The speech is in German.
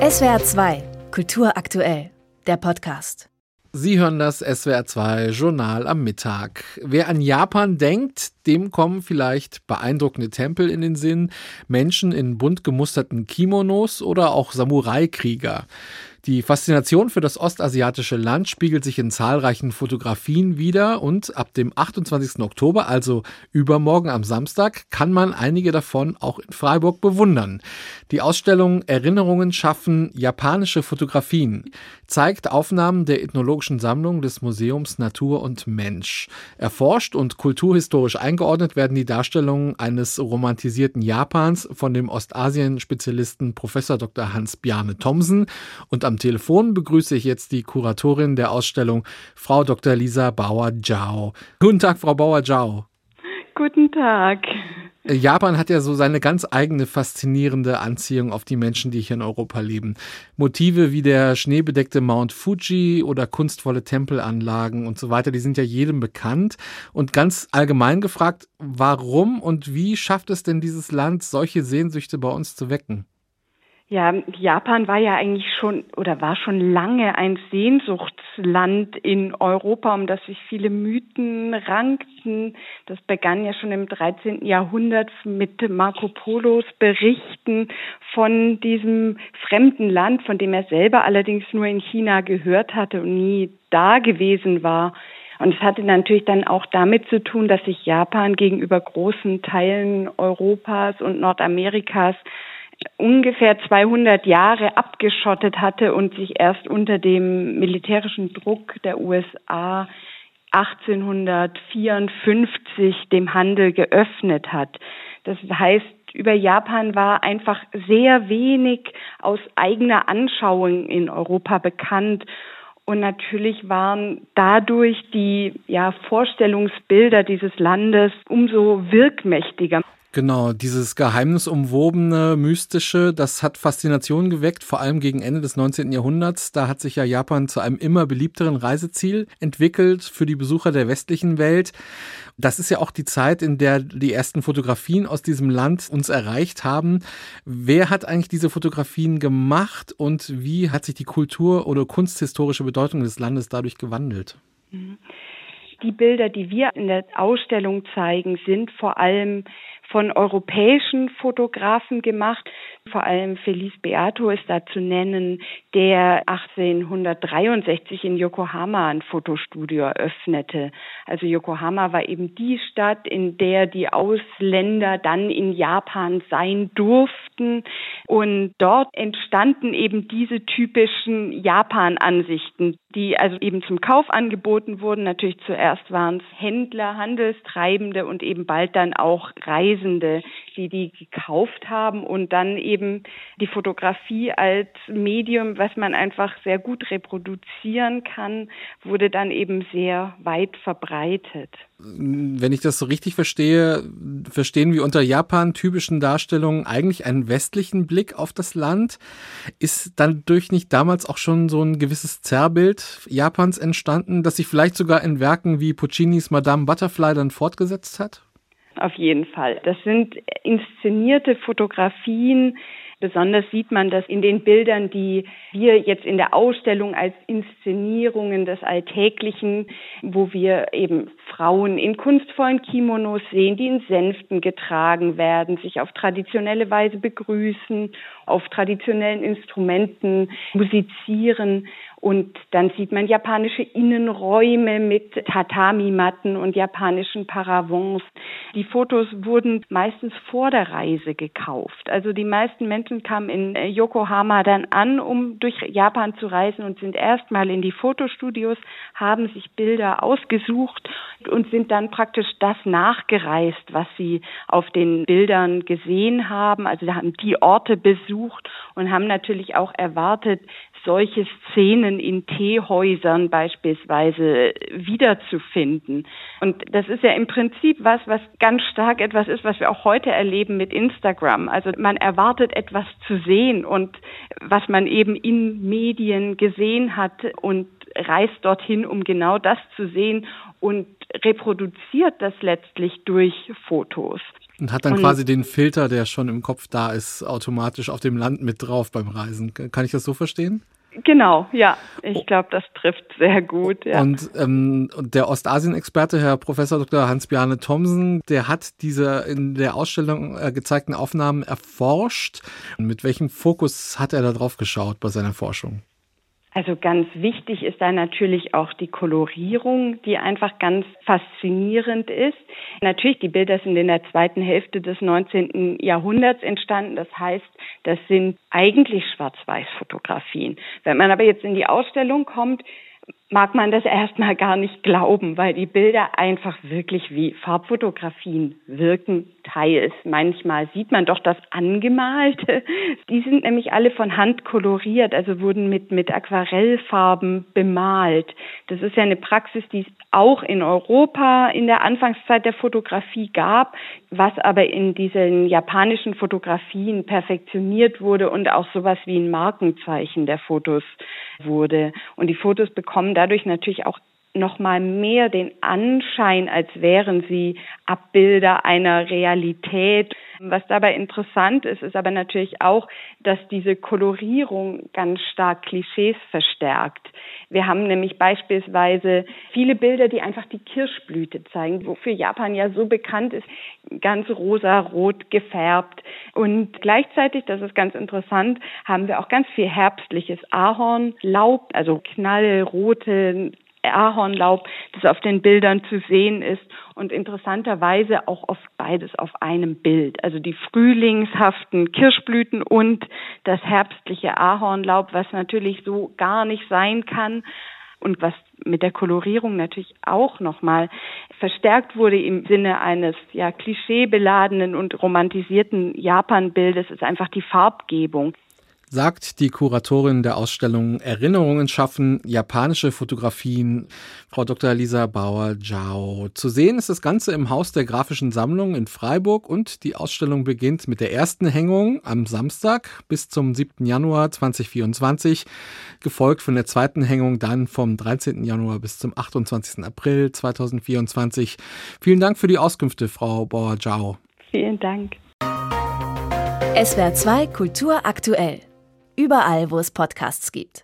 SWR 2, Kultur aktuell, der Podcast. Sie hören das SWR 2 Journal am Mittag. Wer an Japan denkt, dem kommen vielleicht beeindruckende Tempel in den Sinn, Menschen in bunt gemusterten Kimonos oder auch Samurai-Krieger. Die Faszination für das ostasiatische Land spiegelt sich in zahlreichen Fotografien wider und ab dem 28. Oktober, also übermorgen am Samstag, kann man einige davon auch in Freiburg bewundern. Die Ausstellung Erinnerungen schaffen japanische Fotografien zeigt Aufnahmen der ethnologischen Sammlung des Museums Natur und Mensch. Erforscht und kulturhistorisch eingeordnet werden die Darstellungen eines romantisierten Japans von dem Ostasien-Spezialisten Prof. Dr. Hans-Bjarne Thomsen. Und am Telefon begrüße ich jetzt die Kuratorin der Ausstellung, Frau Dr. Lisa Bauer-Giao. Guten Tag, Frau Bauer-Giao. Guten Tag. Japan hat ja so seine ganz eigene faszinierende Anziehung auf die Menschen, die hier in Europa leben. Motive wie der schneebedeckte Mount Fuji oder kunstvolle Tempelanlagen und so weiter, die sind ja jedem bekannt. Und ganz allgemein gefragt, warum und wie schafft es denn dieses Land, solche Sehnsüchte bei uns zu wecken? Ja, Japan war ja eigentlich war schon lange ein Sehnsuchtsland in Europa, um das sich viele Mythen rankten. Das begann ja schon im 13. Jahrhundert mit Marco Polos Berichten von diesem fremden Land, von dem er selber allerdings nur in China gehört hatte und nie da gewesen war. Und es hatte natürlich dann auch damit zu tun, dass sich Japan gegenüber großen Teilen Europas und Nordamerikas ungefähr 200 Jahre abgeschottet hatte und sich erst unter dem militärischen Druck der USA 1854 dem Handel geöffnet hat. Das heißt, über Japan war einfach sehr wenig aus eigener Anschauung in Europa bekannt. Und natürlich waren dadurch die Vorstellungsbilder dieses Landes umso wirkmächtiger. Genau, dieses geheimnisumwobene, mystische, das hat Faszination geweckt, vor allem gegen Ende des 19. Jahrhunderts. Da hat sich ja Japan zu einem immer beliebteren Reiseziel entwickelt für die Besucher der westlichen Welt. Das ist ja auch die Zeit, in der die ersten Fotografien aus diesem Land uns erreicht haben. Wer hat eigentlich diese Fotografien gemacht und wie hat sich die kultur- oder kunsthistorische Bedeutung des Landes dadurch gewandelt? Die Bilder, die wir in der Ausstellung zeigen, sind vor allem von europäischen Fotografen gemacht. Vor allem Felice Beato ist da zu nennen, der 1863 in Yokohama ein Fotostudio eröffnete. Also Yokohama war eben die Stadt, in der die Ausländer dann in Japan sein durften. Und dort entstanden eben diese typischen Japan-Ansichten, die also eben zum Kauf angeboten wurden. Natürlich zuerst waren es Händler, Handelstreibende und eben bald dann auch Reisende, die gekauft haben und dann eben die Fotografie als Medium, was man einfach sehr gut reproduzieren kann, wurde dann eben sehr weit verbreitet. Wenn ich das so richtig verstehe, verstehen wir unter Japan-typischen Darstellungen eigentlich einen westlichen Blick auf das Land. Ist dadurch nicht damals auch schon so ein gewisses Zerrbild Japans entstanden, das sich vielleicht sogar in Werken wie Puccinis Madame Butterfly dann fortgesetzt hat? Auf jeden Fall. Das sind inszenierte Fotografien. Besonders sieht man das in den Bildern, die wir jetzt in der Ausstellung als Inszenierungen des Alltäglichen, wo wir eben Frauen in kunstvollen Kimonos sehen, die in Sänften getragen werden, sich auf traditionelle Weise begrüßen, auf traditionellen Instrumenten musizieren. Und dann sieht man japanische Innenräume mit Tatami-Matten und japanischen Paravents. Die Fotos wurden meistens vor der Reise gekauft. Also die meisten Menschen kamen in Yokohama dann an, um durch Japan zu reisen und sind erstmal in die Fotostudios, haben sich Bilder ausgesucht und sind dann praktisch das nachgereist, was sie auf den Bildern gesehen haben. Also da haben die Orte besucht und haben natürlich auch erwartet, solche Szenen in Teehäusern beispielsweise wiederzufinden. Und das ist ja im Prinzip was ganz stark etwas ist, was wir auch heute erleben mit Instagram. Also man erwartet etwas zu sehen und was man eben in Medien gesehen hat und reist dorthin, um genau das zu sehen und reproduziert das letztlich durch Fotos. Und hat dann quasi den Filter, der schon im Kopf da ist, automatisch auf dem Land mit drauf beim Reisen. Kann ich das so verstehen? Genau, ja. Ich glaube, das trifft sehr gut. Ja. Und der Ostasien-Experte, Herr Professor Dr. Hans-Bjarne Thomsen, der hat diese in der Ausstellung gezeigten Aufnahmen erforscht. Mit welchem Fokus hat er da drauf geschaut bei seiner Forschung? Also ganz wichtig ist da natürlich auch die Kolorierung, die einfach ganz faszinierend ist. Natürlich, die Bilder sind in der zweiten Hälfte des 19. Jahrhunderts entstanden. Das heißt, das sind eigentlich Schwarz-Weiß-Fotografien. Wenn man aber jetzt in die Ausstellung kommt, mag man das erstmal gar nicht glauben, weil die Bilder einfach wirklich wie Farbfotografien wirken, teils. Manchmal sieht man doch das Angemalte. Die sind nämlich alle von Hand koloriert, also wurden mit Aquarellfarben bemalt. Das ist ja eine Praxis, die es auch in Europa in der Anfangszeit der Fotografie gab, was aber in diesen japanischen Fotografien perfektioniert wurde und auch sowas wie ein Markenzeichen der Fotos wurde. Und die Fotos bekommen dadurch natürlich auch noch mal mehr den Anschein, als wären sie Abbilder einer Realität. Was dabei interessant ist, ist aber natürlich auch, dass diese Kolorierung ganz stark Klischees verstärkt. Wir haben nämlich beispielsweise viele Bilder, die einfach die Kirschblüte zeigen, wofür Japan ja so bekannt ist, ganz rosa-rot gefärbt. Und gleichzeitig, das ist ganz interessant, haben wir auch ganz viel herbstliches Ahornlaub, also knallrote Ahornlaub, das auf den Bildern zu sehen ist und interessanterweise auch oft beides auf einem Bild. Also die frühlingshaften Kirschblüten und das herbstliche Ahornlaub, was natürlich so gar nicht sein kann und was mit der Kolorierung natürlich auch nochmal verstärkt wurde im Sinne eines klischeebeladenen und romantisierten Japan-Bildes, ist einfach die Farbgebung. Sagt die Kuratorin der Ausstellung Erinnerungen schaffen, japanische Fotografien, Frau Dr. Lisa Bauer-Zhao. Zu sehen ist das Ganze im Haus der Grafischen Sammlung in Freiburg und die Ausstellung beginnt mit der ersten Hängung am Samstag bis zum 7. Januar 2024, gefolgt von der zweiten Hängung dann vom 13. Januar bis zum 28. April 2024. Vielen Dank für die Auskünfte, Frau Bauer-Zhao. Vielen Dank. SWR 2 Kultur aktuell. Überall, wo es Podcasts gibt.